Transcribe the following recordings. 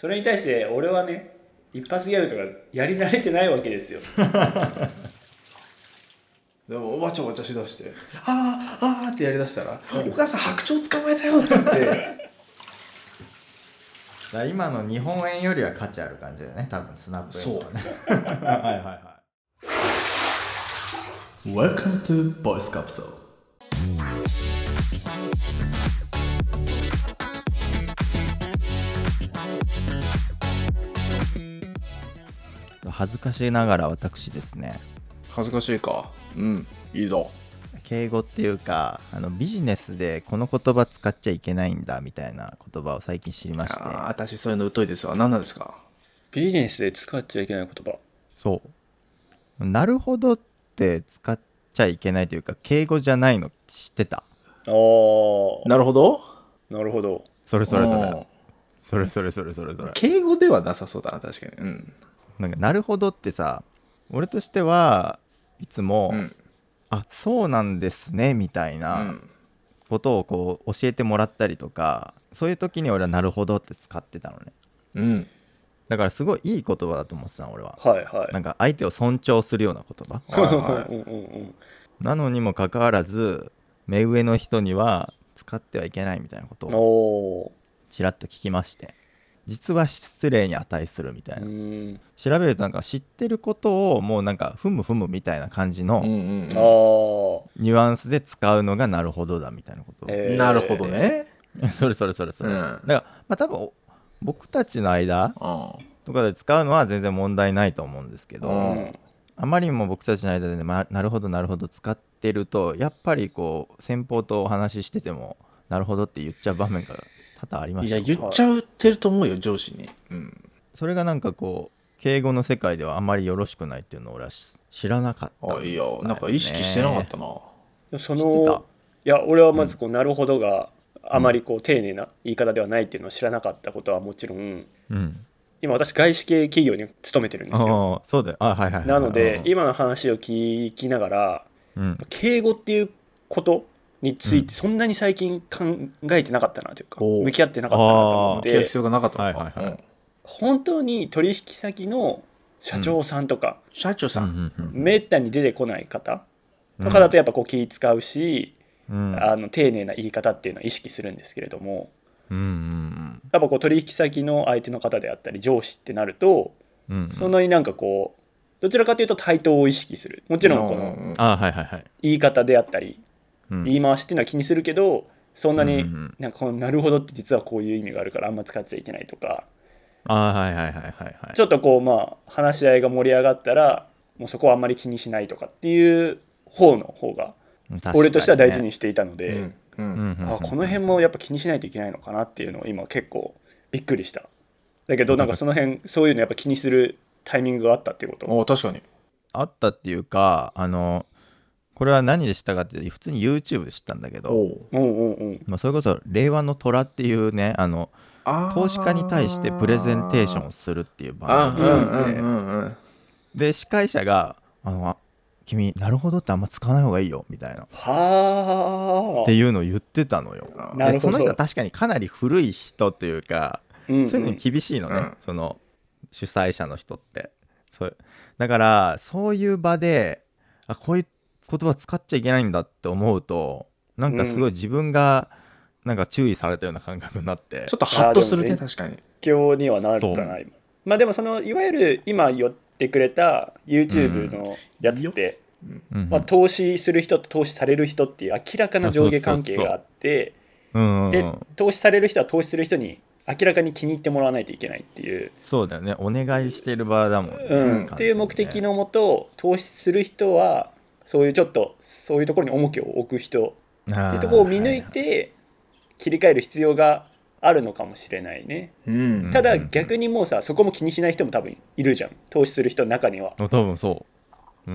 それに対して俺はね、一発ギャグとかやり慣れてないわけですよ。 でもわちゃわちゃしだしてあーってやりだしたら、お母さん白鳥捕まえたよっつってだから今の日本円よりは価値ある感じだよね、多分スナップ円とかね。はいはいはい。 Welcome to Voice Capsule。 恥ずかしながら私ですね、 恥ずかしいか。いいぞ。 敬語っていうかビジネスでこの言葉使っちゃいけないんだみたいな言葉を最近知りまして。 私そういうの疎いですわ。何なんですか？ ビジネスで使っちゃいけない言葉。 そうなるほどって使っちゃいけないというか敬語じゃないの知ってた？ ああ、 なるほど。 なるほど。 それ敬語ではなさそうだな、確かに。 なんかなるほどってさ、俺としてはいつも、あ、そうなんですねみたいなことをこう教えてもらったりとか、そういう時に俺はなるほどって使ってたのね。だからすごいいい言葉だと思ってたの俺は。 はいはい。 なんか相手を尊重するような言葉なのにもかかわらず目上の人には使ってはいけないみたいなことをちらっと聞きまして、実は失礼に値するみたいな。調べるとなんか知ってることをもうなんかふむふむみたいな感じのニュアンスで使うのがなるほどだみたいなことを、 なるほどね。 それ、だからまあ多分僕たちの間とかで使うのは全然問題ないと思うんですけど、あまりにも僕たちの間で、ね、なるほどなるほど使ってるとやっぱりこう先方とお話ししててもなるほどって言っちゃう場面が多々ありました。 いや言っちゃってると思うよ、上司に。 それがなんかこう敬語の世界ではあんまりよろしくないっていうのを俺は知らなかったんですよ、ね。 いやなんか意識してなかったな。 いや俺はまずこう、なるほどがあまりこう丁寧な言い方ではないっていうのを知らなかったことはもちろん、今私外資系企業に勤めてるんですよ。 そうだよ。はい。 なので今の話を聞きながら、敬語っていうことについてそんなに最近考えてなかったなというか、向き合ってなかったなと思って、 必要がなかったのか。 本当に取引先の社長さんとか、 社長さん、 めったに出てこない方とかだとやっぱこう気使うし、丁寧な言い方っていうのは意識するんですけれども、やっぱこう取引先の相手の方であったり上司ってなると、そんなになんかこうどちらかというと対等を意識する。もちろんこの言い方であったり言い回しっていうのは気にするけど、そんなになんかこのなるほどって実はこういう意味があるからあんま使っちゃいけないとか、ちょっとこうまあ話し合いが盛り上がったらもうそこはあんまり気にしないとかっていう方が俺としては大事にしていたので、この辺もやっぱ気にしないといけないのかなっていうのを今結構びっくりした。だけどなんかその辺そういうのやっぱ気にするタイミングがあったっていうこと？ 確かにあったっていうか、これは何で知ったかっていうと普通に YouTube で知ったんだけど、それこそ令和の虎っていうね投資家に対してプレゼンテーションをするっていう番組があって、で司会者が君なるほどってあんま使わない方がいいよみたいなっていうのを言ってたのよ。でその人は確かにかなり古い人というか、そういうのに厳しいのね、その主催者の人って。だからそういう場でこういう言葉使っちゃいけないんだって思うとなんかすごい自分がなんか注意されたような感覚になって、 ちょっとハッとするね。確かに勉強にはなるかな。まあでもそのいわゆる今言ってくれた YouTube のやつって、まあ、投資する人と投資される人っていう明らかな上下関係があって、で投資される人は投資する人に明らかに気に入ってもらわないといけないっていう。 そうだよね、お願いしてる場だもんね、 っていう目的のもと投資する人はそういうちょっとそういうところに重きを置く人っていうところを見抜いて切り替える必要があるのかもしれないね。ただ逆にもうさ、そこも気にしない人も多分いるじゃん、投資する人の中には。 多分そう、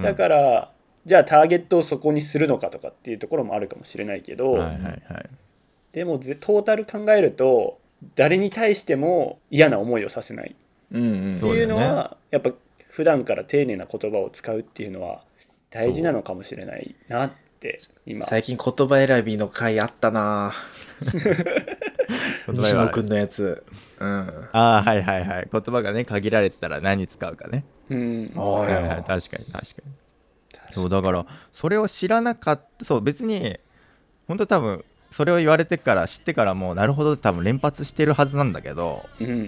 だからじゃあターゲットをそこにするのかとかっていうところもあるかもしれないけど、でもトータル考えると誰に対しても嫌な思いをさせないっていうのはやっぱ普段から丁寧な言葉を使うっていうのは大事なのかもしれないなって今。 最近言葉選びの回あったな西野くんのやつ。 うん。ああ、はいはいはい。言葉がね、限られてたら何使うかね。 うん。 はいはい、確かに確かに。そうだから、それを知らなかった、そう、別に、本当多分、それを言われてから知ってからもうなるほど多分連発してるはずなんだけど、 うんうん、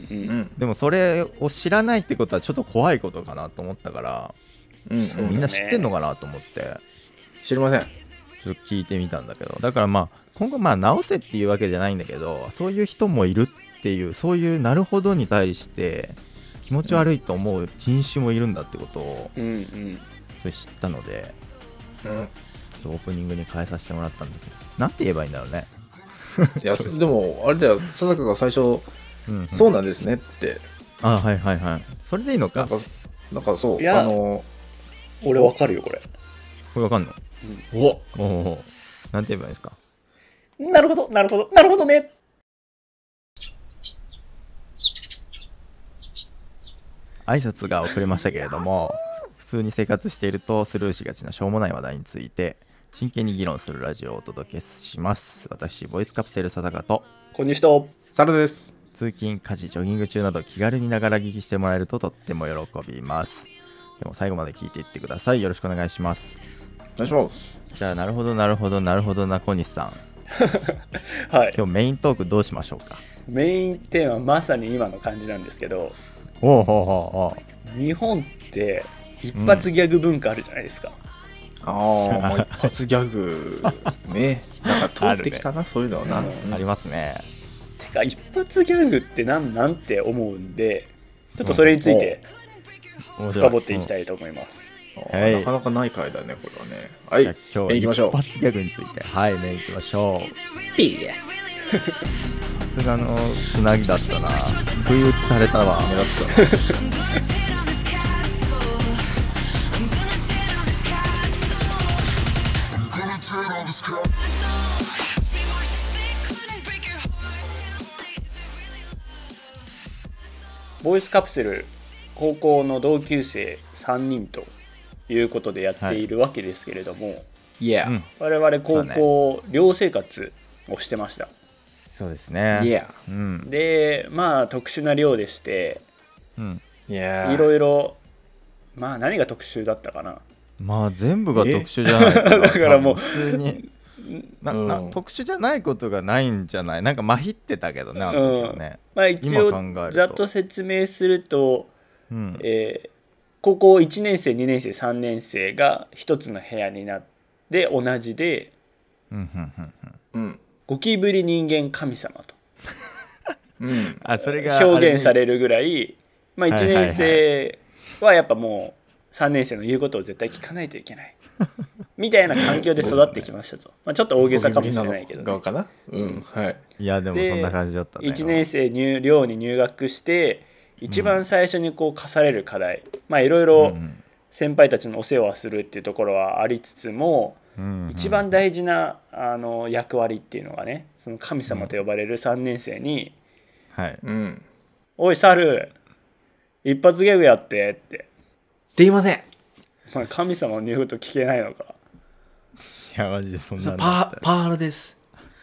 でもそれを知らないってことはちょっと怖いことかなと思ったから、みんな知ってんのかなと思って知りません。ちょっと聞いてみたんだけど、だからまあ今後まあ直せっていうわけじゃないんだけど、そういう人もいるっていう、そういうなるほどに対して気持ち悪いと思う人種もいるんだってことを、それ知ったので、オープニングに変えさせてもらったんだけど、なんて言えばいいんだろうね。 いやでもあれだよ、佐坂が最初、そうなんですねって。 あ、はいはいはい。それでいいのか。 なんかそう、 俺わかるよこれ。 これわかんの？お、なんて言えばいいですか。 なるほどなるほどなるほどね。 挨拶が遅れましたけれども、普通に生活しているとスルーしがちなしょうもない話題について真剣に議論するラジオをお届けします。私ボイスカプセル佐坂と小西とサルです。 通勤家事ジョギング中など気軽にながら聞きしてもらえるととっても喜びます。でも最後まで聞いていってください。よろしくお願いします。 お願いします。 じゃあなるほどなるほどなるほどな小西さんはい、 今日メイントークどうしましょうか。 メインテーマはまさに今の感じなんですけど、日本って一発ギャグ文化あるじゃないですか。 まあ一発ギャグね、なんか通ってきたな、そういうのはな、 ありますね。 てか一発ギャグってなんて思うんで、ちょっとそれについて深掘っていきたいと思います。 なかなかない回だねこれはね。はい、 今日行きましょう。 一発ギャグについて、はい、メイン行きましょう。さすがのつなぎだったな。不意打ちされたわ。 ボイスカプセル高校の同級生3人ということでやっているわけですけれども、我々高校寮生活をしてました。 そうですね。 でまあ特殊な寮でして、いろいろまあ何が特殊だったかな。 まあ全部が特殊じゃないかな。 だからもう普通に特殊じゃないことがないんじゃない。なんかまひってたけどね、あの時はね。 まあ一応ざっと説明すると、高校1年生2年生3年生が一つの部屋になって同じで、ゴキブリ人間神様とそれが表現されるぐらい、まあ、1年生はやっぱもう3年生の言うことを絶対聞かないといけないみたいな環境で育ってきましたと、まあ、ちょっと大げさかもしれないけど、 側かな、 いやでもそんな感じだったね。 1年生寮に入学して一番最初にこう課される課題、まあいろいろ先輩たちのお世話するっていうところはありつつも、一番大事な役割っていうのがね、その神様と呼ばれる3年生におい猿一発ギャグやってってできません。 神様の言うこと聞けないのか。 いやマジでそんなパワハラです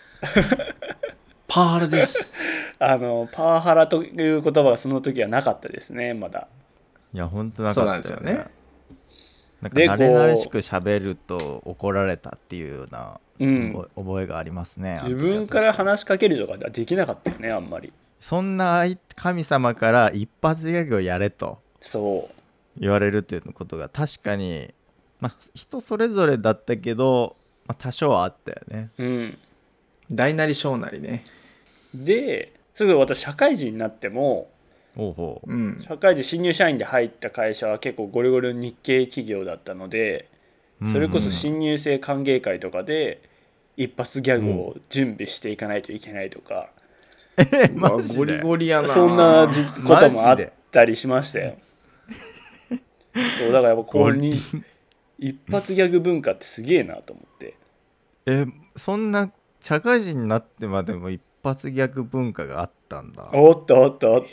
パワハラですパワハラという言葉がその時はなかったですね、まだ。 いや本当なかったよね。なんか慣れ慣れしく喋ると怒られたっていうような覚えがありますね。 自分から話しかけるとかできなかったよね、あんまり。 そんな神様から一発ギャグをやれと言われるっていうことが確かに、まあ、人それぞれだったけど、まあ、多少はあったよね。 大なり小なりね。 ですぐ私社会人になっても社会人新入社員で入った会社は結構ゴリゴリの日系企業だったので、それこそ新入生歓迎会とかで一発ギャグを準備していかないといけないとか、 ゴリゴリやな。 そんなこともあったりしましたよ。そうだからやっぱこうに一発ギャグ文化ってすげえなと思って。 そんな社会人になってまでも一発ギャグ文化があったんだ。 おっと。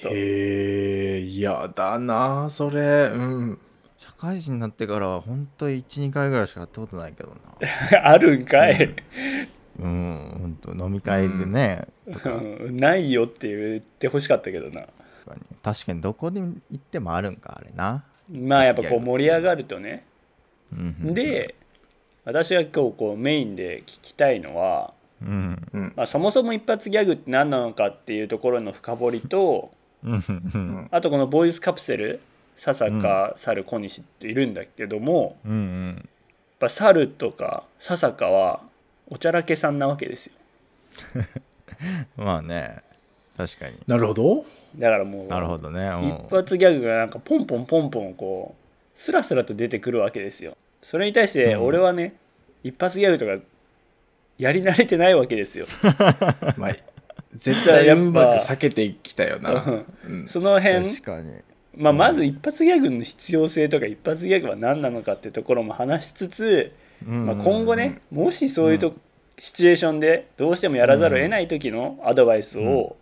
やだなそれ。 社会人になってからはほんと 1,2 回ぐらいしかやったことないけどな。 あるんかい。 本当飲み会でね、とかないよって言ってほしかったけどな。 確かにどこで行ってもあるんかあれな。 まあやっぱこう盛り上がるとね、で私が今日こうメインで聞きたいのは、まあ、そもそも一発ギャグって何なのかっていうところの深掘りと、あとこのボイスカプセル笹香、猿、小西っているんだけども、やっぱ猿とか笹香はおちゃらけさんなわけですよ。 まあね、確かに。 なるほど。 だからもうなるほどね、 一発ギャグがなんかポンポンポンポンこうスラスラと出てくるわけですよ。それに対して俺はね、一発ギャグとかやり慣れてないわけですよ。 まあ、絶対うまく避けてきたよな。 その辺確かに、 まず一発ギャグの必要性とか一発ギャグは何なのかっていうところも話しつつ、今後ね、もしそういうシチュエーションでどうしてもやらざるを得ない時のアドバイスを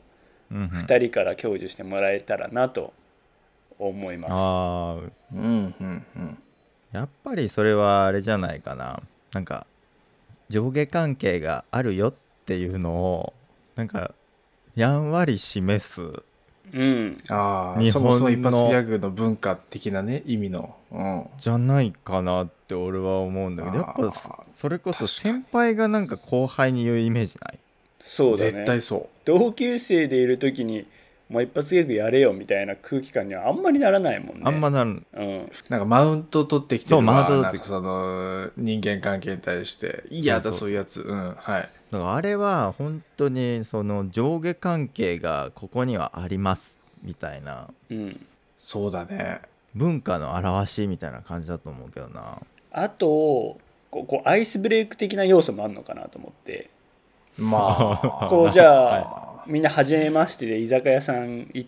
2人から享受してもらえたらなと思います。 やっぱりそれはあれじゃないかな。なんか上下関係があるよっていうのをなんかやんわり示す、 そもそも一発ギャグの文化的なね意味の、 じゃないかなって俺は思うんだけど、やっぱそれこそ先輩がなんか後輩に言うイメージない？ そうだね、 絶対そう。 同級生でいる時にもう一発ギャグやれよみたいな空気感にはあんまりならないもんね。 あんまなる、 なんかマウント取ってきてるわ。 マウント取ってきてその人間関係に対して嫌だそういうやつ。はい。 だからあれは本当にその上下関係がここにはありますみたいな、 そうだね、 文化の表しみたいな感じだと思うけどな。 あとこうアイスブレイク的な要素もあるのかなと思って、 まあこうじゃあ、みんな初めましてで居酒屋さん行って、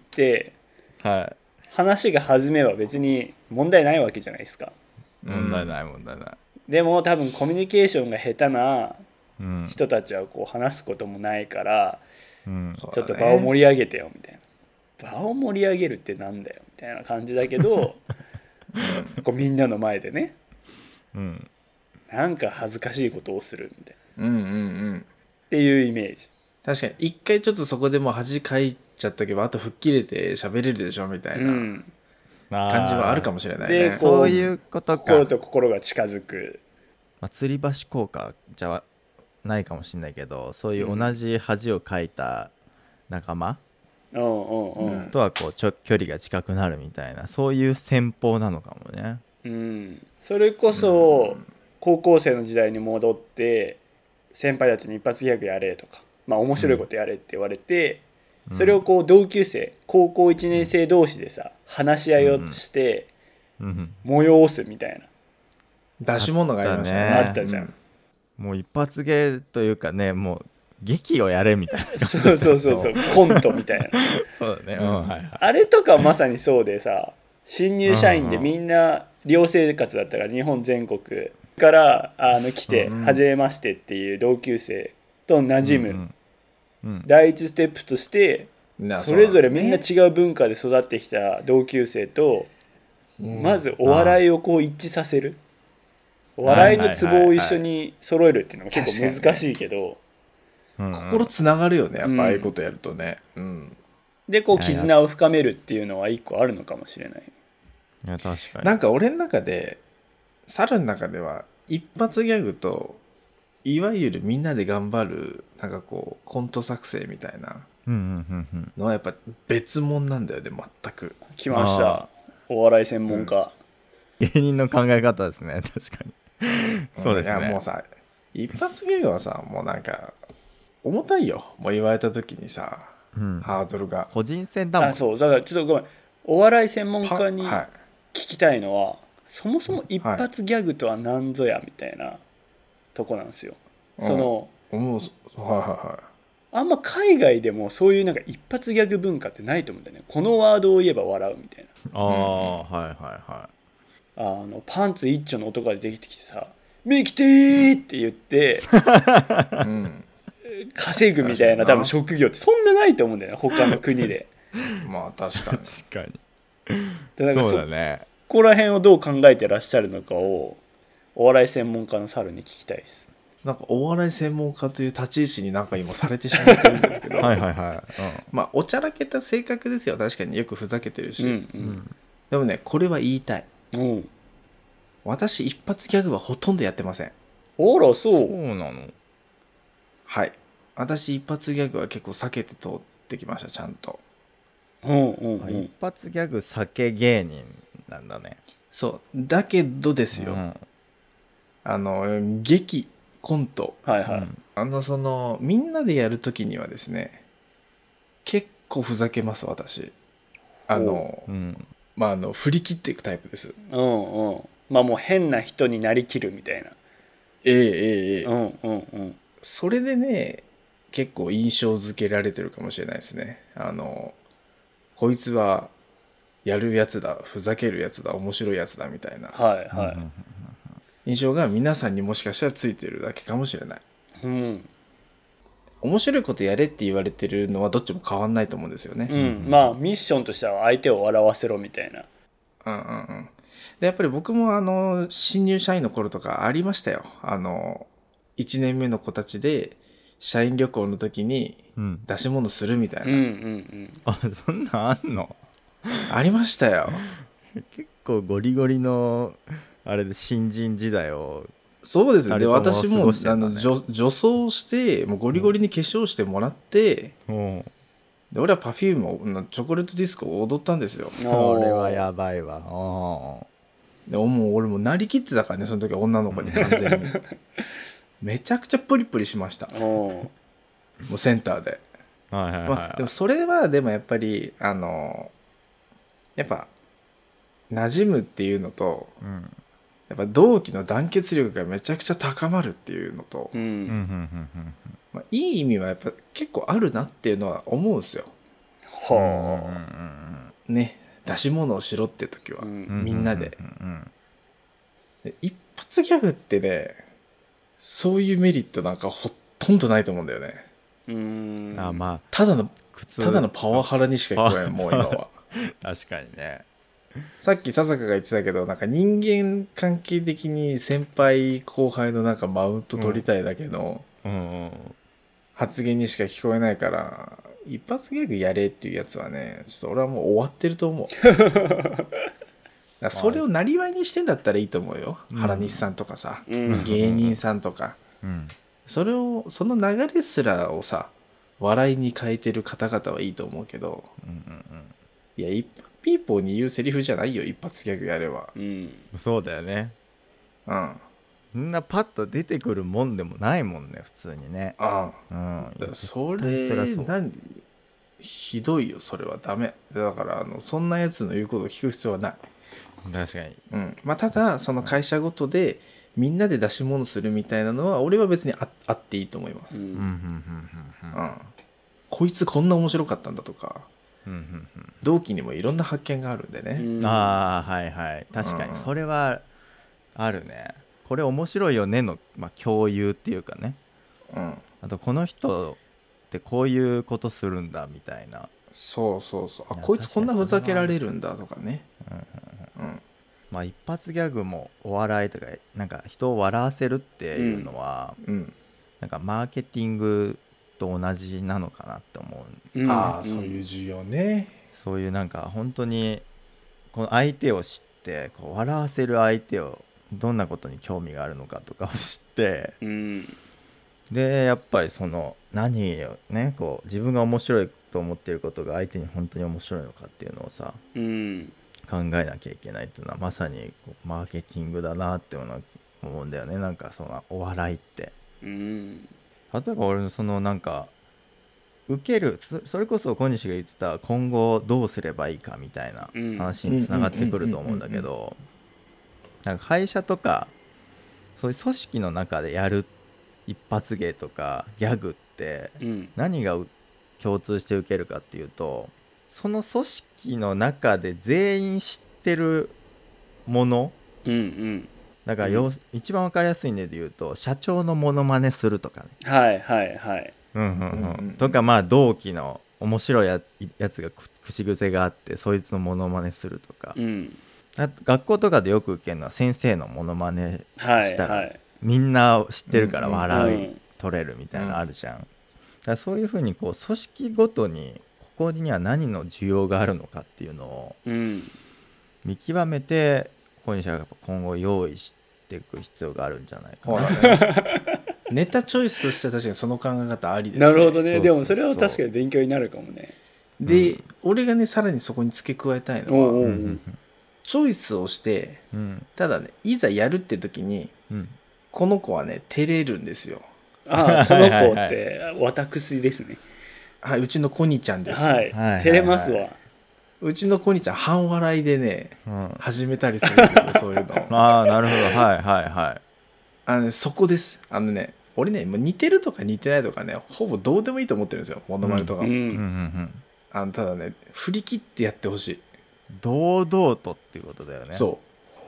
話が弾めば別に問題ないわけじゃないですか。 問題ない。 でも多分コミュニケーションが下手な人たちはこう話すこともないから、ちょっと場を盛り上げてよみたいな。場を盛り上げるってなんだよみたいな感じだけどこうみんなの前でね、なんか恥ずかしいことをするみたいな、っていうイメージ。 確かに一回ちょっとそこでもう恥かいちゃっとけばあと吹っ切れて喋れるでしょみたいな感じはあるかもしれないね。 でそういうことか。 心と心が近づく、 吊り橋効果じゃないかもしれないけど、そういう同じ恥をかいた仲間とはこう距離が近くなるみたいな、そういう戦法なのかもね。 それこそ高校生の時代に戻って先輩たちに一発ギャグやれとか、面白いことやれって言われて、それをこう同級生高校1年生同士でさ話し合いをして催すみたいな出し物がありましたね。 あったじゃん。 もう一発芸というかね、もう劇をやれみたいなそうコントみたいなそうだね、 あれとかまさにそうでさ、新入社員でみんな寮生活だったから日本全国から来て初めましてっていう同級生と馴染む第一ステップとして、それぞれみんな違う文化で育ってきた同級生とまずお笑いをこう一致させる、お笑いのツボを一緒に揃えるっていうのも結構難しいけど、 心つながるよねやっぱああいうことやるとね。 でこう絆を深めるっていうのは一個あるのかもしれない。 いや確かに。 なんか俺の中で猿の中では一発ギャグといわゆるみんなで頑張るなんかこうコント作成みたいなのはやっぱ別物なんだよね。全く来ました、お笑い専門家、 芸人の考え方ですね。確かにそうですね。 いやもうさ一発ギャグはさもうなんか重たいよ。もう言われた時にさ、ハードルが個人戦だもん。 そうだからちょっとごめん、お笑い専門家に聞きたいのは、そもそも一発ギャグとは何ぞやみたいなとこなんですよ。あんま海外でもそういうなんか一発ギャグ文化ってないと思うんだよね。このワードを言えば笑うみたいな。パンツ一丁の男が出てきてさ「ミキティ!」って言って稼ぐみたいな多分職業ってそんなないと思うんだよね他の国で。 まあ確かにそうだね。 そこら辺をどう考えてらっしゃるのかをお笑い専門家の猿に聞きたいです。 なんかお笑い専門家という立ち位置になんか今されてしまってるんですけどはいはいはい、 まあおちゃらけた性格ですよ。確かによくふざけてるし、 うんうん、 でもねこれは言いたい、 うん、 私一発ギャグはほとんどやってません。 あら、 そうなの。 はい、私一発ギャグは結構避けて通ってきました、ちゃんと。 うんうんうん、 一発ギャグ避け芸人なんだね。 そうだけどですよ、劇コント、 はいはい、 そのみんなでやるときにはですね結構ふざけます、私。まあ振り切っていくタイプです。 うんうん、まあもう変な人になりきるみたいな。うんうんうん、 それでね結構印象付けられてるかもしれないですね。こいつはやるやつだ、ふざけるやつだ、面白いやつだみたいな、 はいはい、 印象が皆さんにもしかしたらついてるだけかもしれない。 うん、 面白いことやれって言われてるのはどっちも変わんないと思うんですよね。 うん、まあミッションとしては相手を笑わせろみたいな。 でやっぱり僕も新入社員の頃とかありましたよ。1年目の子たちで社員旅行の時に出し物するみたいな、 あ、そんなんあんの？ ありましたよ。 結構ゴリゴリのあれで新人時代を。 そうですね。で私も女装してもうゴリゴリに化粧してもらって、で俺は Perfume のチョコレートディスコを踊ったんですよ。 これはやばいわ。 でもう俺もなりきってたからね、その時は女の子に完全にめちゃくちゃプリプリしました。もうセンターで。でもそれはでもやっぱりやっぱ馴染むっていうのと、やっぱ同期の団結力がめちゃくちゃ高まるっていうのと、いい意味はやっぱ結構あるなっていうのは思うんですよ。ね、出し物をしろって時は、みんなで。一発ギャグってね、そういうメリットなんかほとんどないと思うんだよね。 まあただのパワハラにしか聞こえんもう今は。 確かにね。 さっき笹香が言ってたけど、なんか人間関係的に先輩後輩のなんかマウント取りたいだけの発言にしか聞こえないから、一発ギャグやれっていうやつはね、ちょっと俺はもう終わってると思う。それをなりわいにしてんだったらいいと思うよ。原西さんとかさ、芸人さんとか、その流れすらをさ笑いに変えてる方々はいいと思うけど、いや一般ピーポーに言うセリフじゃないよ、一発ギャグやれば。 そうだよね。そんなパッと出てくるもんでもないもんね、普通にね。それ何ひどいよ、それはダメだからそんなやつの言うことを聞く必要はない。 確かに。 ただその会社ごとでみんなで出し物するみたいなのは俺は別にあっていいと思います。こいつこんな面白かったんだとか、同期にもいろんな発見があるんでね。 はいはい、確かにそれはあるね。これ面白いよねの、共有っていうかね、あとこの人ってこういうことするんだみたいな。 そうこいつこんなふざけられるんだとかね。 一発ギャグもお笑いとかなんか人を笑わせるっていうのは、なんかマーケティングと同じなのかなって思う。そういう需要ね。 そういうなんか本当にこの相手を知ってこう笑わせる相手をどんなことに興味があるのかとかを知って、でやっぱりその何をねこう自分が面白いと思っていることが相手に本当に面白いのかっていうのをさ、考えなきゃいけないっていうのはまさにこうマーケティングだなって思うんだよね。なんかそのお笑いって、例えば俺のそのなんか受けるそれこそ小西が言ってた今後どうすればいいかみたいな話につながってくると思うんだけど、なんか会社とかそういう組織の中でやる一発芸とかギャグって何が共通して受けるかっていうと、その組織の中で全員知ってるもの、だから一番分かりやすい例で言うと社長のモノマネするとかね、とか同期の面白い やつが口癖があってそいつのモノマネするとか、学校とかでよく受けるのは先生のモノマネしたら、 みんな知ってるから笑い取れるみたいなのあるじゃん、だからそういうふうにこう組織ごとにここには何の需要があるのかっていうのを見極めて本社が今後用意していく必要があるんじゃないかな、 ネタチョイスとしては確かにその考え方ありですね。 なるほどね。でもそれは確かに勉強になるかもね。 で、俺がねさらにそこに付け加えたいのは、チョイスをして、ただねいざやるって時に、この子はね照れるんですよ。 ああ、この子って私ですね。 はい、うちのコニちゃんです。 はい、照れますわ。 うちのコニちゃん半笑いでね、始めたりするんですよそういうの。 ああ、なるほど。はいはいはい。 ね、そこです。俺ね似てるとか似てないとかねほぼどうでもいいと思ってるんですよ、モノマネとかも。ただね振り切ってやってほしい。 堂々とっていうことだよね。 そう、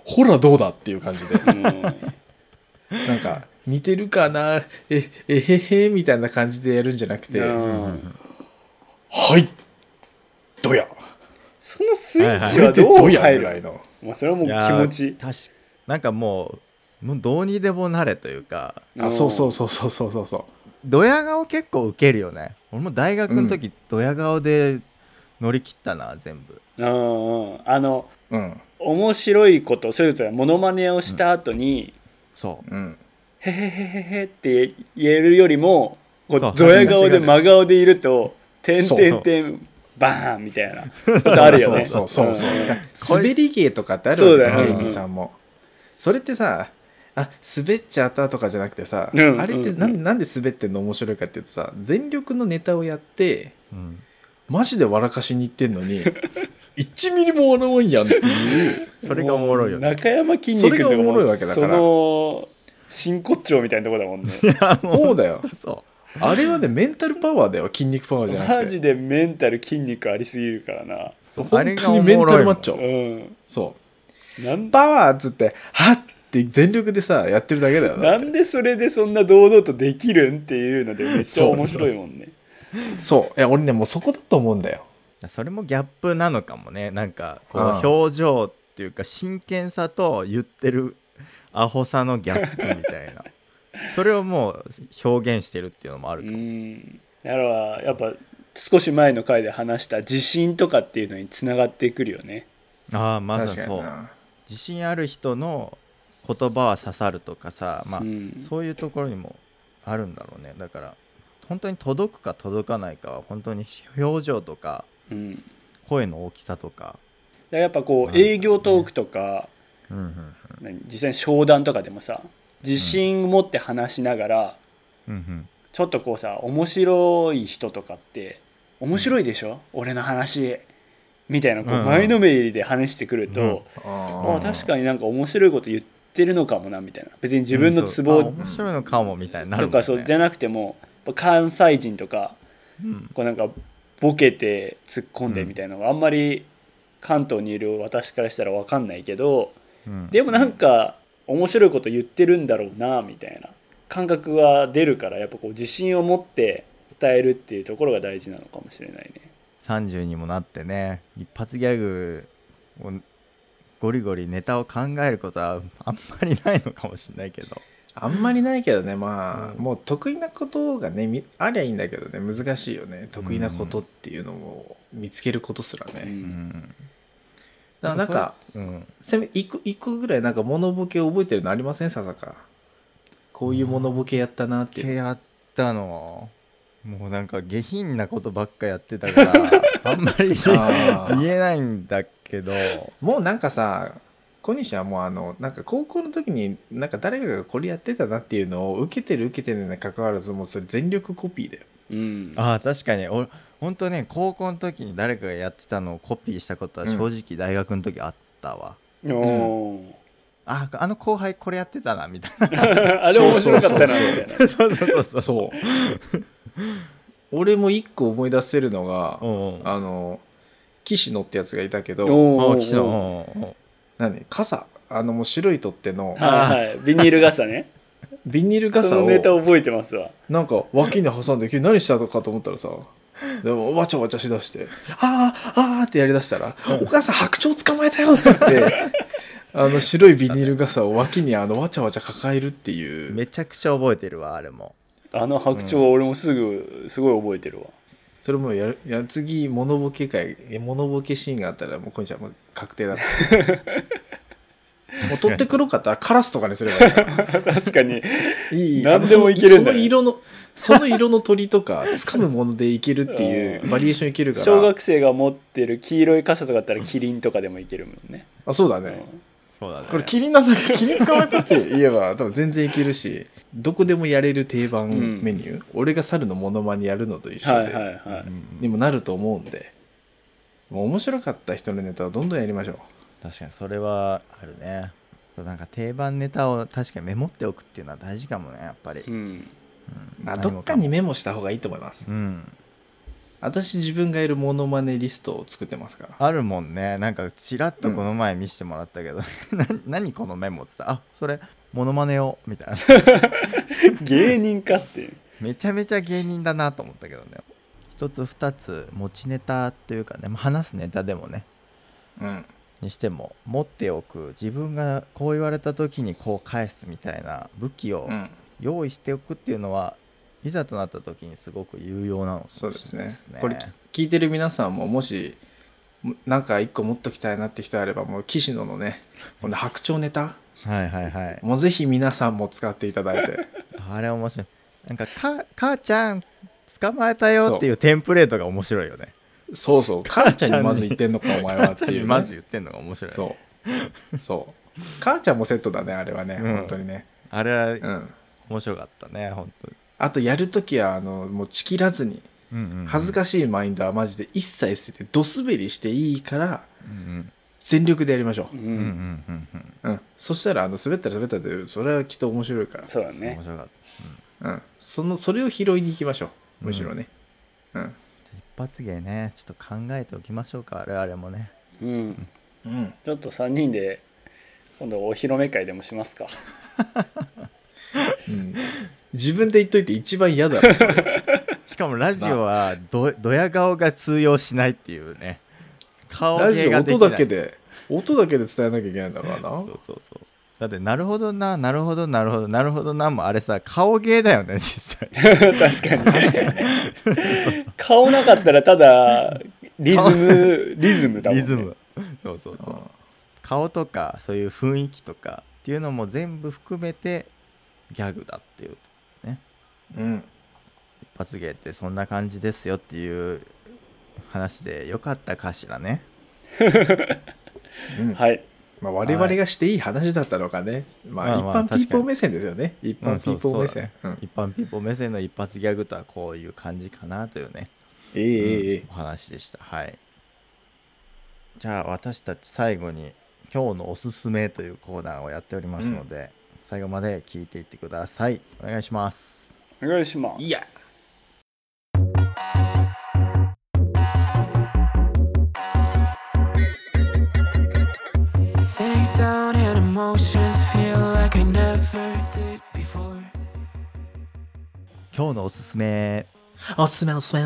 ほらどうだっていう感じでなんか似てるかなえへへみたいな感じでやるんじゃなくて、はいどや、 そのスイッチはどう入るの、 まあ、それはもう気持ちなんかもうどうにでもなれというか、 そうドヤ顔結構ウケるよね。俺も大学の時、ドヤ顔で乗り切ったな全部。 面白いことそういうことはモノマネをした後に、 そう、 へへへへへって言えるよりもこうドヤ顔で真顔でいるとてんてんてんバーンみたいなことあるよね。 そう滑り芸とかってあるわけ、芸人さんも。それってさ、滑っちゃったとかじゃなくてさ、あれってなんで滑ってんの面白いかっていうとさ、全力のネタをやって、マジで笑かしに行ってんのに1ミリも笑わんやんっていうそれがおもろいよね。 中山筋肉っておもろいわけだから、その真骨頂みたいなとこだもんね。 そうだよ。あれはねメンタルパワーだよ、筋肉パワーじゃなくて。 マジでメンタル筋肉ありすぎるからな。 本当にメンタルマッチョ。そうパワーっつってはっって全力でさやってるだけだよ。 なんでそれでそんな堂々とできるんっていうのでめっちゃ面白いもんね。 そういや俺ねもうそこだと思うんだよ。 それもギャップなのかもね。なんかこう表情っていうか真剣さと言ってるアホさのギャップみたいなそれをもう表現してるっていうのもあるかも。 だからやっぱ少し前の回で話した自信とかっていうのにつながってくるよね。 まずそう、自信ある人の言葉は刺さるとかさ、そういうところにもあるんだろうね。だから本当に届くか届かないかは本当に表情とか、声の大きさとか。 やっぱこう営業トークとか、実際に商談とかでもさ自信を持って話しながら、ちょっとこうさ面白い人とかって面白いでしょ、俺の話みたいなこう前のめりで話してくると、確かになんか面白いこと言ってるのかもなみたいな、別に自分のツボ、 面白いのかもみたいになるもんね。 とかそうじゃなくても関西人とか、こうなんかボケて突っ込んでみたいなのがあんまり関東にいる私からしたら分かんないけど、でもなんか面白いこと言ってるんだろうなみたいな感覚が出るから、やっぱこう自信を持って伝えるっていうところが大事なのかもしれないね。 30にもなってね、一発ギャグをゴリゴリネタを考えることはあんまりないのかもしれないけど。 あんまりないけどね、もう得意なことがねありゃいいんだけどね、難しいよね、得意なことっていうのを見つけることすらね。だからなんか、一個ぐらいなんかモノボケ覚えてるのありません？笹香。こういうモノボケやったなっていう。 やったのもうなんか下品なことばっかやってたからあんまり言えないんだけど、 もうなんかさ、小西はもうなんか高校の時になんか誰かがこれやってたなっていうのを受けてるに関わらず、もうそれ全力コピーだよ。 確かに本当ね、高校の時に誰かがやってたのをコピーしたことは正直大学の時あったわ。あの後輩これやってたなみたいなあれ面白かったなみたいな。 そう俺も一個思い出せるのが岸野ってやつがいたけど、傘もう白い取っ手の、 ビニール傘ね。 ビニール傘をそのネタ覚えてますわ。 なんか脇に挟んで何したのかと思ったらさ、でもわちゃわちゃしだしてあーってやりだしたら、お母さん白鳥捕まえたよっつって白いビニール傘を脇にわちゃわちゃ抱えるっていう。 めちゃくちゃ覚えてるわあれも。 白鳥は俺もすごい覚えてるわ。 それも次モノボケシーンがあったらもう今週はもう確定だったもう取ってくろかったらカラスとかにすればいいから確かに何でもいけるんだ、ね、 その色の鳥とか掴むものでいけるっていうバリエーションいけるから小学生が持ってる黄色い傘とかだったらキリンとかでもいけるもんね。 そうだね、 そうだね。 これキリンなんだけどキリン捕まえたって言えば多分全然いけるし、どこでもやれる定番メニュー、俺が猿のモノマネやるのと一緒で、にもなると思うんで、もう面白かった人のネタをどんどんやりましょう。 確かにそれはあるね。なんか定番ネタを確かにメモっておくっていうのは大事かもね、やっぱり。 どっかにメモした方がいいと思います。私自分がいるモノマネリストを作ってますから。 あるもんね。なんかちらっとこの前見せてもらったけど、何このメモって言ったら、それモノマネをみたいな芸人かっていう、 めちゃめちゃ芸人だなと思ったけどね。一つ二つ持ちネタというかね、話すネタでもね、にしても持っておく、自分がこう言われた時にこう返すみたいな武器を用意しておくっていうのは、いざとなった時にすごく有用なのかもしれないですね。 そうですね。これ聞いてる皆さんももしなんか一個持っときたいなって人あれば、もう岸野のね、この白鳥ネタ、もうぜひ皆さんも使っていただいてあれ面白い。なんか母ちゃん捕まえたよっていうテンプレートが面白いよね。 そう母ちゃんにまず言ってんのかお前はっていう、ね、 まず言ってんのが面白い、 ね、そう母ちゃんもセットだねあれはね、本当にね。 あれは、面白かったね本当に。 あとやるときはもうちきらずに、恥ずかしいマインドはマジで一切捨ててドスベリしていいから、全力でやりましょう。そしたら滑ったら滑ったでそれはきっと面白いから。 そうだね。 面白かった。 それを拾いに行きましょう、むしろね。 一発芸ね、ちょっと考えておきましょうか、あれもね。 ちょっと3人で今度お披露目会でもしますか。 自分で言っといて一番嫌だろそれしかもラジオはドヤ顔が通用しないっていうね。 ラジオ音だけで伝えなきゃいけないんだからな。 そうだってなるほどなもあれさ、顔芸だよね実際。 確かにね顔なかったらただリズムだもんね。 リズム、そう顔とかそういう雰囲気とかっていうのも全部含めてギャグだっていうね。一発芸ってそんな感じですよっていう話でよかったかしらね。 はい。 我々がしていい話だったのかね。一般ピーポー目線ですよね。一般ピーポー目線。 一般ピーポー目線の一発ギャグとはこういう感じかなというね。お話でした。はい。じゃあ私たち最後に今日のおすすめというコーナーをやっておりますので、最後まで聞いていってください。お願いします。 お願いします。 いや。 今日のおすすめ。 今日のおす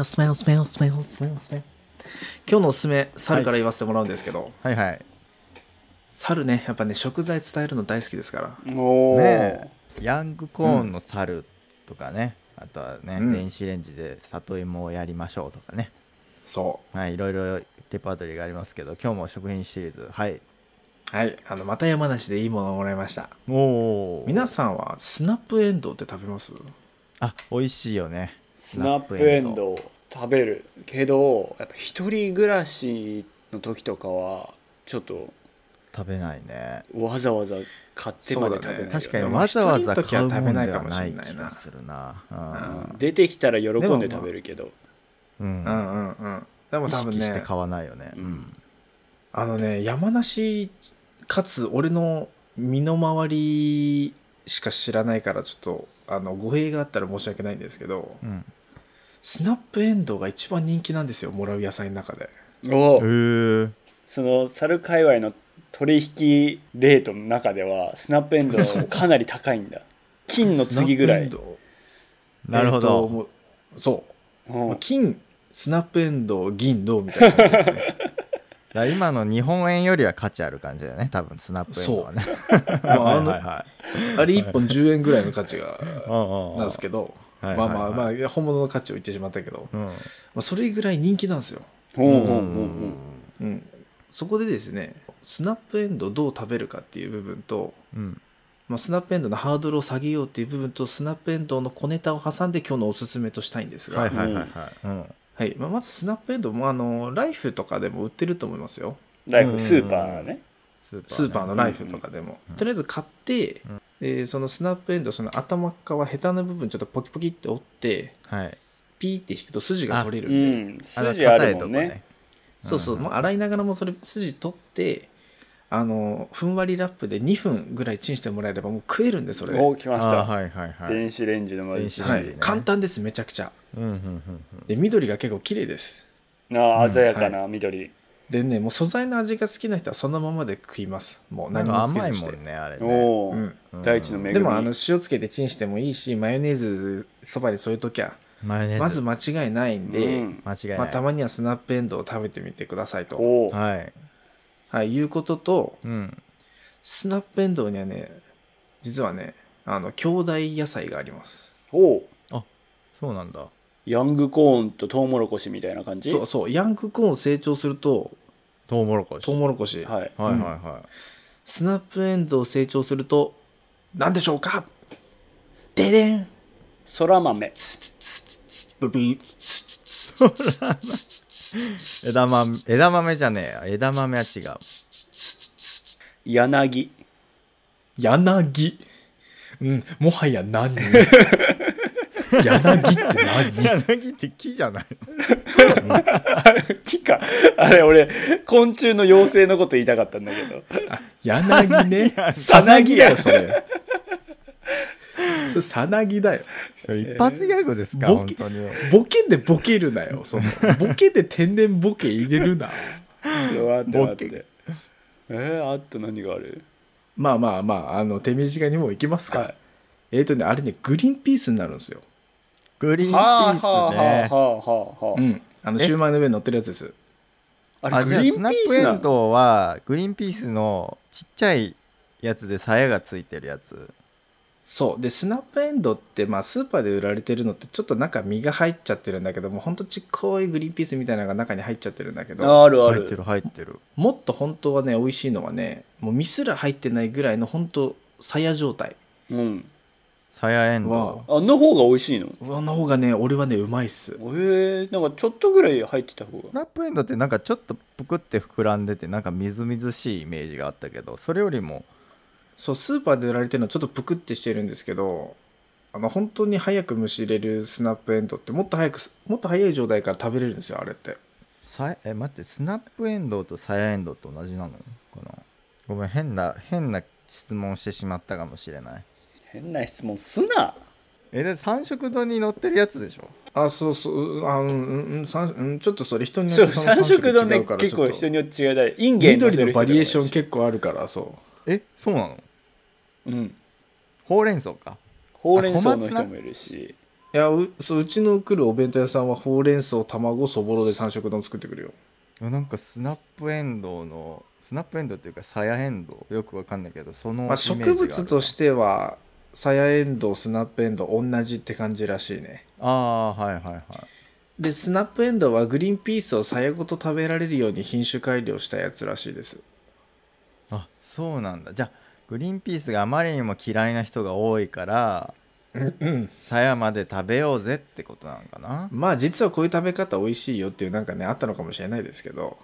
すめ、猿から言わせてもらうんですけど、猿ね、やっぱね、食材伝えるの大好きですから。 ヤングコーンの猿とかね、あとはね、電子レンジで里芋をやりましょうとかね。いろいろレパートリーがありますけど、今日も食品シリーズ、 また山梨でいいものをもらいました。皆さんはスナップエンドウって食べます？ 美味しいよね。 スナップエンドウ食べるけど、やっぱ一人暮らしの時とかはちょっと食べないね。 わざわざ買ってまで食べないよね。 確かにわざわざ買うもんではない気がするな。 出てきたら喜んで食べるけど、 でも多分ね、 意識して買わないよね。 山梨かつ俺の身の回りしか知らないからちょっと語弊があったら申し訳ないんですけど、スナップエンドウが一番人気なんですよ、もらう野菜の中で。 その猿界隈の取引レートの中ではスナップエンドウかなり高いんだ。金の次ぐらい。 なるほど。 金、スナップエンドウ、銀、銅みたいな感じですね。 だ今の日本円よりは価値ある感じだよね多分スナップエンドはね。 あれ1本10円ぐらいの価値がなんですけどまあ本物の価値を言ってしまったけど、それぐらい人気なんですよ。そこでですねスナップエンドをどう食べるかっていう部分と、スナップエンドのハードルを下げようっていう部分とスナップエンドの小ネタを挟んで今日のおすすめとしたいんですが、まずスナップエンドもライフとかでも売ってると思いますよ。 ライフスーパーね、 スーパーのライフとかでも、とりあえず買って、そのスナップエンドその頭っ側ヘタの部分ちょっとポキポキって折って、ピーって引くと筋が取れるんで、 筋あるもんね。 そうもう洗いながらもそれ筋取ってふんわりラップで2分ぐらいチンしてもらえればもう食えるんでそれ。 お、来ました。電子レンジの電子レンジ、 簡単ですめちゃくちゃ。で緑が結構綺麗です。 鮮やかな緑、 でねもう素材の味が好きな人はそのままで食います。もう何もつけずして。 甘いもんねあれね。 大地の恵み。 でも塩つけてチンしてもいいしマヨネーズそばで添えときゃまず間違いないんで、たまにはスナップエンドウを食べてみてくださいということと、スナップエンドウにはね実はね兄弟野菜があります。 あ、そうなんだ。 ヤングコーンとトウモロコシみたいな感じ。 そうヤングコーン成長するとトウモロコシ、 スナップエンドウ成長すると何でしょうか。ででん、 そら豆。 枝豆じゃねえ、枝豆は違う。 柳。 もはや何柳って何柳って木じゃない木か。あれ俺昆虫の妖精のこと言いたかったんだけど。 柳ね。さなぎだよそれ。それさなぎだよ。 それ一発ギャグですか、本当に。 ボケでボケるなよ。そのボケで天然ボケ入れるな。 待って。あと何がある？ まあ手短にもいきますか。あれねグリーンピースになるんですよ。 グリーンピースね。 シューマイの上に乗ってるやつです。 あれグリーンピースなの？スナップエンドウはグリーンピースのちっちゃいやつで鞘がついてるやつ。 そうでスナップエンドウって、スーパーで売られてるのってちょっと中身が入っちゃってるんだけども、ほんとちっこいグリーンピースみたいなのが中に入っちゃってるんだけど、 ある入ってる。 もっと本当はね美味しいのはねもう身すら入ってないぐらいの本当鞘状態。 鞘エンドウの方が美味しいの？ あの方がね俺はねうまいっす。 なんかちょっとぐらい入ってた方が。 スナップエンドウってなんかちょっとぷくって膨らんでてなんかみずみずしいイメージがあったけど、それよりもそうスーパーで売られてるのはちょっとぷくってしてるんですけど、本当に早く蒸し入れるスナップエンドウってもっと早い状態から食べれるんですよあれって。 待ってスナップエンドウと鞘エンドウと同じなのかな。ごめん変な質問してしまったかもしれない。 変な質問すな。 三色丼に乗ってるやつでしょ。 そうちょっとそれ人によってその三色丼ね結構人によって違うだ。インゲン緑のバリエーション結構あるからそうなの？ほうれん草か。 ほうれん草の人もいるし。 いやうちの来るお弁当屋さんはほうれん草卵そぼろで三色丼作ってくるよ。 なんかスナップエンドウっていうか鞘エンドウよくわかんないけどそのイメージがある。 植物としては鞘エンドウスナップエンドウ同じって感じらしいね。でスナップエンドウはグリーンピースを鞘ごと食べられるように品種改良したやつらしいです。 そうなんだ。じゃあグリーンピースがあまりにも嫌いな人が多いから鞘まで食べようぜってことなのかな。 実はこういう食べ方美味しいよっていうなんかねあったのかもしれないですけど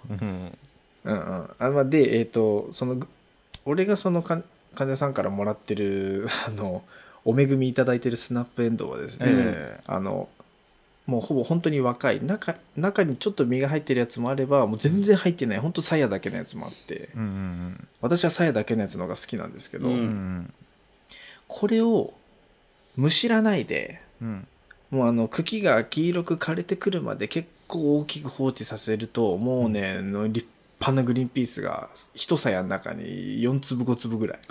でその俺がその患者さんからもらってるお恵みいただいてるスナップエンドウはですね、もうほぼ本当に若い中にちょっと身が入ってるやつもあればもう全然入ってない本当鞘だけのやつもあって、私は鞘だけのやつの方が好きなんですけど、これをむしらないで、もう茎が黄色く枯れてくるまで結構大きく放置させるともうね、立派なグリーンピースが一鞘の中に4粒5粒ぐらい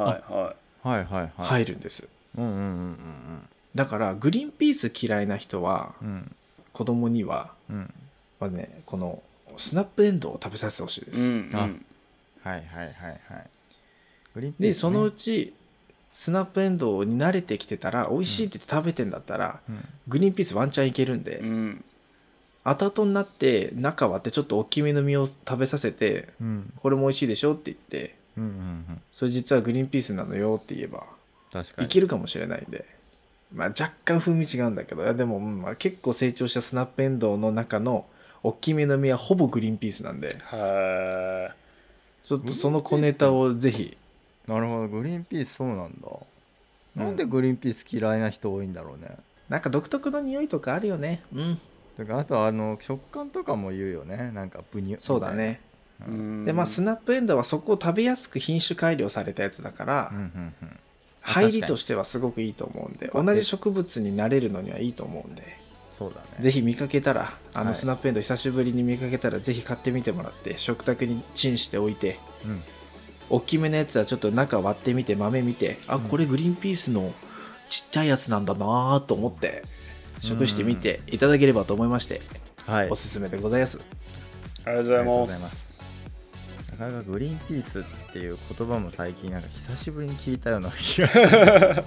入るんです。だからグリーンピース嫌いな人は、子供には、このスナップエンドウを食べさせてほしいです、 はいはいはいはい。 グリーンピース、ね、でそのうちスナップエンドウに慣れてきてたら美味しいって言って食べてんだったら、グリーンピースワンチャンいけるんで、後々になって中割ってちょっと大きめの実を食べさせて、これも美味しいでしょって言って、それ実はグリーンピースなのよって言えばいけるかもしれないんで、まあ、若干風味違うんだけど、でも、まあ、結構成長したスナップエンドウの中の大きめの実はほぼグリーンピースなんで、ちょっとその小ネタをぜひ。 なるほど、グリーンピースそうなんだ。なんでグリーンピース嫌いな人多いんだろうね。 なんか独特の匂いとかあるよね。 だからあと食感とかも言うよね。なんかブニュ。 そうだね。でまあスナップエンドウはそこを食べやすく品種改良されたやつだから、入りとしてはすごくいいと思うんで、同じ植物になれるのにはいいと思うんで、 そうだね、 ぜひ見かけたらスナップエンドウ久しぶりに見かけたらぜひ買ってみてもらって食卓にチンしておいて、大きめのやつはちょっと中割ってみて豆見て、これグリーンピースのちっちゃいやつなんだなと思って食してみていただければと思いまして、おすすめでございます。 ありがとうございます。 なかなかグリーンピースっていう言葉も最近なんか久しぶりに聞いたような気がする、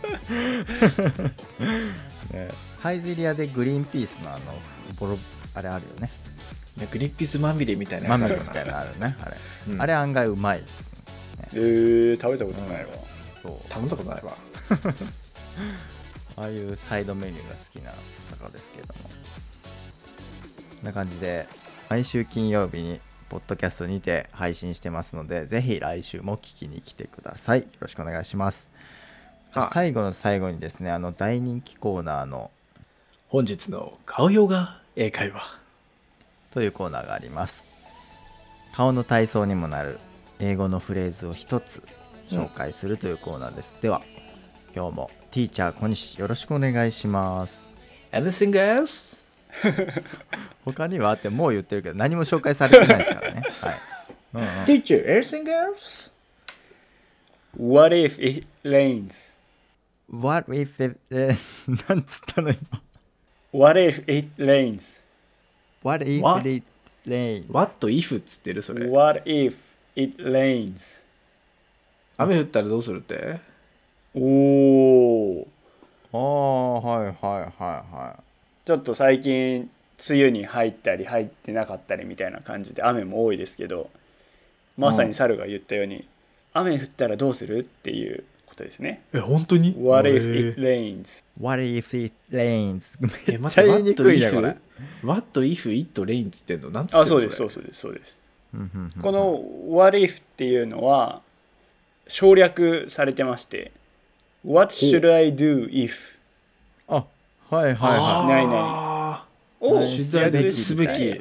ね、ハイゼリアでグリーンピースのあれあるよね。 グリーンピースまみれみたいなやつあるよな。 まみれみたいなのあるね。あれ案外うまいですね。 食べたことないわ。 そう食べたことないわ。 ああいうサイドメニューが好きな坂ですけれども、こんな感じで毎週金曜日にポッドキャストにて配信してますので、ぜひ来週も聞きに来てください。よろしくお願いします。最後の最後にですね、大人気コーナーの本日の顔ヨガ英会話というコーナーがあります。顔の体操にもなる英語のフレーズを一つ紹介するというコーナーです。では今日もティーチャー小西よろしくお願いします。 Anything else? 他にはあってもう言ってるけど何も紹介されてないですからね。 はい。Teacher, anything else? What if it rains? What if it なんつったの今。 What if it rains? What if it rains? What if っつってるそれ。 What if it rains? 雨降ったらどうするって？ おー。はいはいはいはい。 ちょっと最近梅雨に入ったり入ってなかったりみたいな感じで雨も多いですけど、まさに猿が言ったように、雨降ったらどうするっていうことですね。 本当に What if it rains? What if it rains? めっちゃ言いにくいねこれ。 What if it rains って言うのなんつってんの？ そうですそうです。この What if っていうのは省略されてまして、What should I do if? はいはいはい。 何を取材すべき。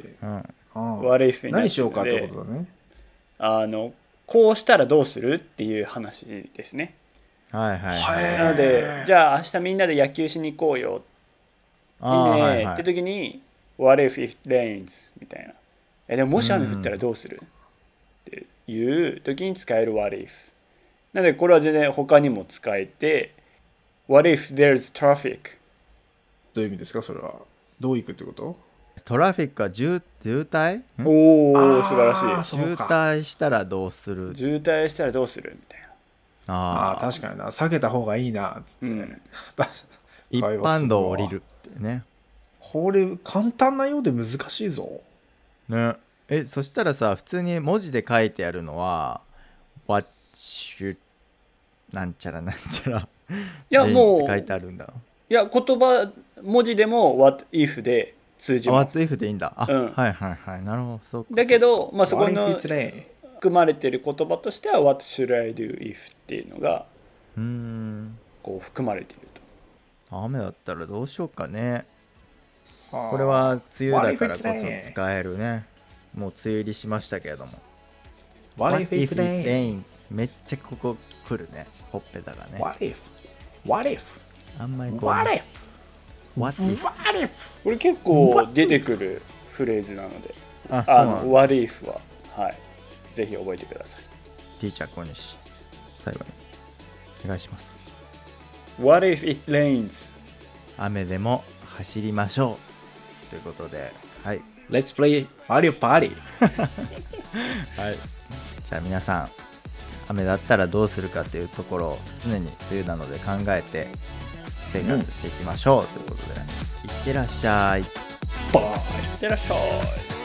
What if になってるので、 何しようかってことだね。 こうしたらどうするっていう話ですね。 はいはい。 なので、じゃあ明日みんなで野球しに行こうよ。いいねって時に What if it rains? みたいな。でももし雨降ったらどうするっていう時に使える What if。なのでこれは全然他にも使えて、What if there's traffic? どういう意味ですかそれは。どう行くってこと？ トラフィックは渋滞？ おー、素晴らしい。 渋滞したらどうする？ 渋滞したらどうするみたいな。確かにな。避けた方がいいなっつって、 一般道を降りるってね。 これ簡単なようで難しいぞね。そしたらさ、普通に文字で書いてあるのは What should なんちゃらなんちゃらいやもう書いてあるんだ。 いや言葉文字でも What if で通じます。 What if でいいんだ。はいはいはい。なるほど。そうか。 だけど、そこの含まれている言葉としては What should I do if っていうのがこう含まれていると。雨だったらどうしようかね。これは梅雨だからこそ使えるね。もう梅雨入りしましたけれども。What if it rains? めっちゃここ来るね。ほっぺたがね。 What if? あんまりこう。 What if? これ結構出てくるフレーズなので、What if は、ぜひ覚えてください。 ティーチャー小西、最後にお願いします。 What if it rains? 雨でも走りましょうということで、はい、 Let's play Mario Party はい、じゃあ皆さん雨だったらどうするかっていうところを常に梅雨なので考えて生活していきましょう、ということでいってらっしゃい。 バイ。いってらっしゃい。